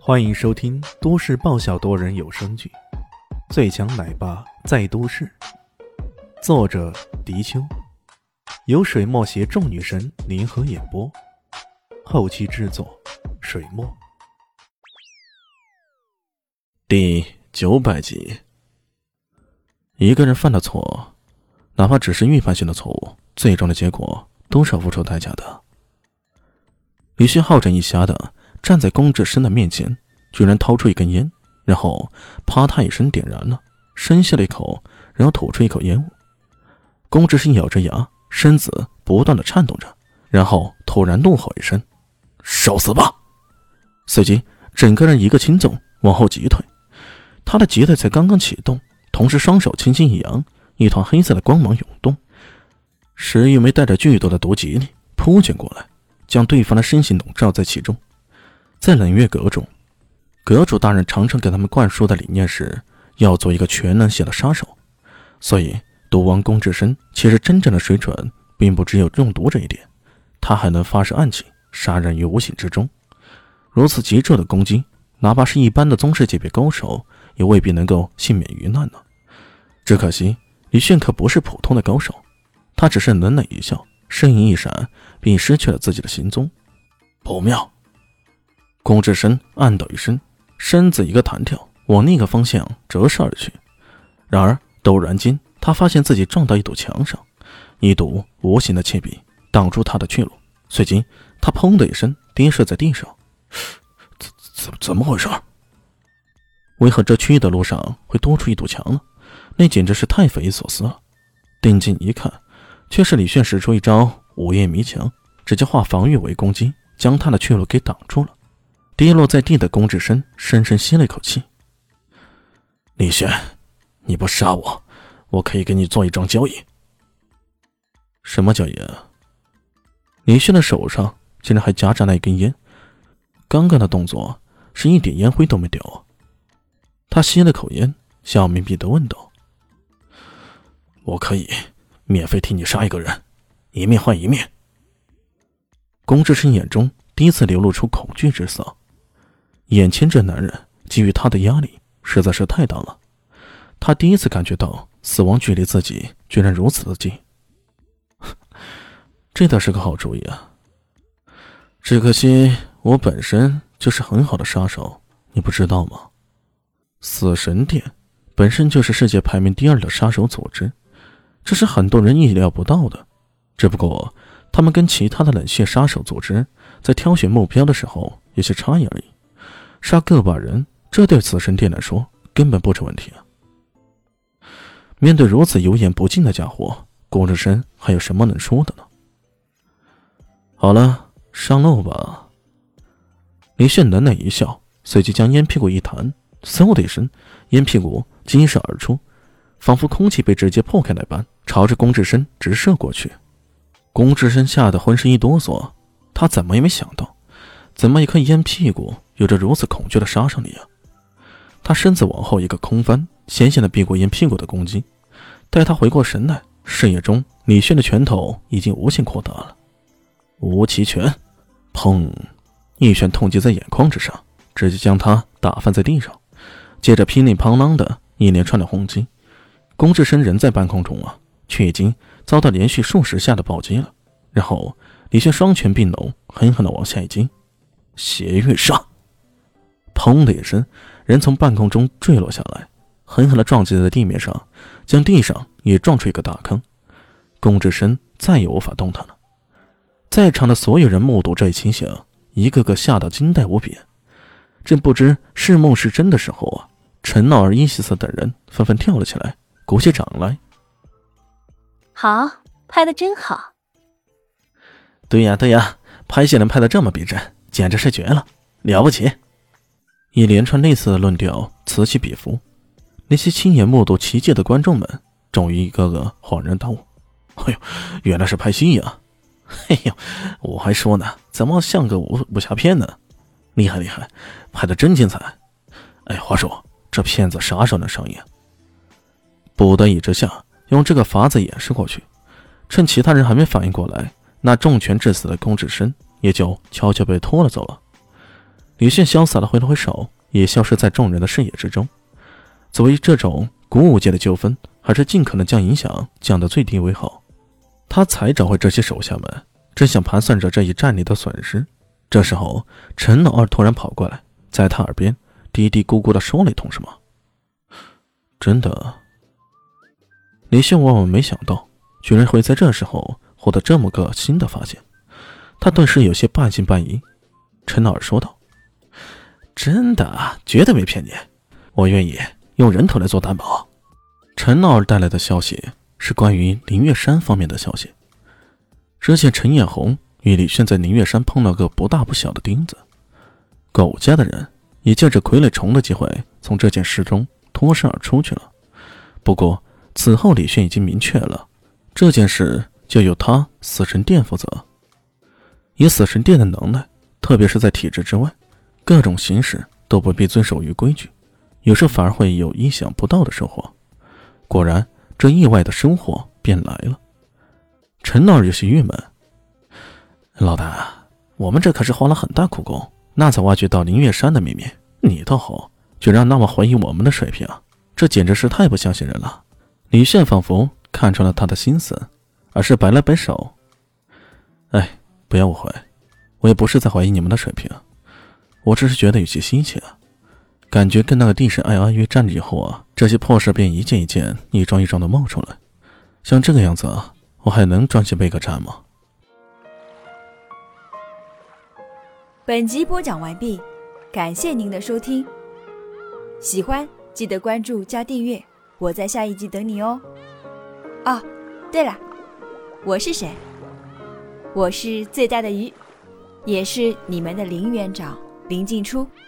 欢迎收听都市爆笑多人有声剧《最强奶爸在都市》，作者：迪秋，由水墨携众女神联合演播，后期制作：水墨。 第900集。一个人犯的错，哪怕只是预判性的错误，最终的结果都是要付出代价的。李迅好整以暇的站在龚志深的面前，居然掏出一根烟，然后啪嗒一声点燃了，深吸了一口，然后吐出一口烟雾。龚志深咬着牙，身子不断的颤动着，然后突然怒吼一声：“受死吧！”随即整个人一个轻纵往后急退，他的急腿才刚刚启动，同时双手轻轻一扬，一团黑色的光芒涌动，10余枚带着剧毒的毒棘力扑卷过来，将对方的身形笼罩在其中。在冷月阁中，阁主大人常常给他们灌输的理念是要做一个全能型的杀手，所以毒王龚志深其实真正的水准并不只有中毒这一点，他还能发射暗器，杀人于无形之中。如此极致的攻击，哪怕是一般的宗师级别高手也未必能够幸免于难呢。只可惜李炫可不是普通的高手，他只是冷冷一笑，身影一闪，便失去了自己的行踪。不妙！龚志深暗道一声，身子一个弹跳，往另一个方向折射而去。然而陡然间，他发现自己撞到一堵墙上，一堵无形的切壁挡住他的去路。随即他砰的一声跌射在地上。怎么回事？为何这区域的路上会多出一堵墙呢？那简直是太匪夷所思了。定睛一看，却是李炫使出一招午夜迷墙，直接化防御为攻击，将他的去路给挡住了。跌落在地的龚志深深深吸了一口气。李炫，你不杀我，我可以给你做一桩交易。什么交易啊？李炫的手上竟然还夹着那一根烟，刚刚的动作是一点烟灰都没掉。他吸了口烟，笑眯眯地问道：“我可以免费替你杀一个人，一命换一命。”龚志深眼中第一次流露出恐惧之色，眼前这男人给予他的压力实在是太大了，他第一次感觉到死亡距离自己居然如此的近。这倒是个好主意啊，只可惜我本身就是很好的杀手，你不知道吗？死神殿本身就是世界排名第2的杀手组织，这是很多人意料不到的。只不过他们跟其他的冷血杀手组织在挑选目标的时候有些差异而已，杀个把人，这对死神殿来说根本不成问题啊。面对如此油盐不进的家伙，龚志深还有什么能说的呢？好了，上路吧。李炫冷冷一笑，随即将烟屁股一弹，嗖的一声，烟屁股激射而出，仿佛空气被直接破开那般，朝着龚志深直射过去。龚志深吓得浑身一哆嗦，他怎么也没想到，怎么一颗烟屁股有着如此恐惧的杀伤力啊！他身子往后一个空翻，险险地避过烟屁股的攻击。待他回过神来，视野中李炫的拳头已经无限扩大了。无极拳，砰！一拳痛击在眼眶之上，直接将他打翻在地上。接着噼里啪啦的一连串的轰击，龚志深人在半空中啊，却已经遭到连续数十下的暴击了。然后李炫双拳并拢，狠狠地往下一击，邪月杀！砰的一声，人从半空中坠落下来，狠狠地撞击在地面上，将地上也撞出一个大坑。龚志深再也无法动弹了。在场的所有人目睹这一情形，一个个吓得惊呆无比。正不知是梦是真的时候啊，陈老儿、伊西斯等人纷纷跳了起来，鼓起掌来。 好，拍得真好。 对呀，拍戏能拍得这么逼真，简直是绝了，了不起！一连串类似的论调此起彼伏，那些亲眼目睹奇迹的观众们终于一个个恍然大悟。哎呦，原来是拍戏呀！哎呦，我还说呢，怎么像个武侠片呢？厉害，拍得真精彩！哎，话说这片子啥时候能上映？不得已之下，用这个法子掩饰过去，趁其他人还没反应过来，那重拳致死的龚志深也就悄悄被拖了走了。 李炫潇洒地挥了挥手，也消失在众人的视野之中。作为这种古武界的纠纷，还是尽可能将影响降到最低为好。他才找回这些手下们，正想盘算着这一战里的损失。这时候，陈老二突然跑过来，在他耳边嘀嘀咕咕地说了一通什么。真的，李炫万万没想到，居然会在这时候获得这么个新的发现。他顿时有些半信半疑。陈老二说道：真的，绝对没骗你，我愿意用人头来做担保。陈老二带来的消息是关于林月山方面的消息。之前陈艳红与李炫在林月山碰了个不大不小的钉子，苟家的人也借着傀儡虫的机会从这件事中脱身而出去了。不过此后李炫已经明确了，这件事就由他死神殿负责。以死神殿的能耐，特别是在体制之外，各种形式都不必遵守于规矩，有时反而会有意想不到的收获。果然，这意外的收获便来了。陈老二有些郁闷：老大，我们这可是花了很大苦功，那才挖掘到林月山的秘密，你倒好，居然那么怀疑我们的水平，这简直是太不相信人了。李炫仿佛看穿了他的心思，而是摆了摆手：哎，不要误会，我也不是在怀疑你们的水平，我只是觉得有些稀奇啊。感觉跟那个地神艾阿约战了以后啊，这些破事便一件一件一桩一桩的冒出来。像这个样子啊，我还能专心备个战吗？ 本集播讲完毕，感谢您的收听。喜欢记得关注加订阅，我在下一集等你哦。哦，对了，我是谁？我是最大的鱼，也是你们的林园长林静初。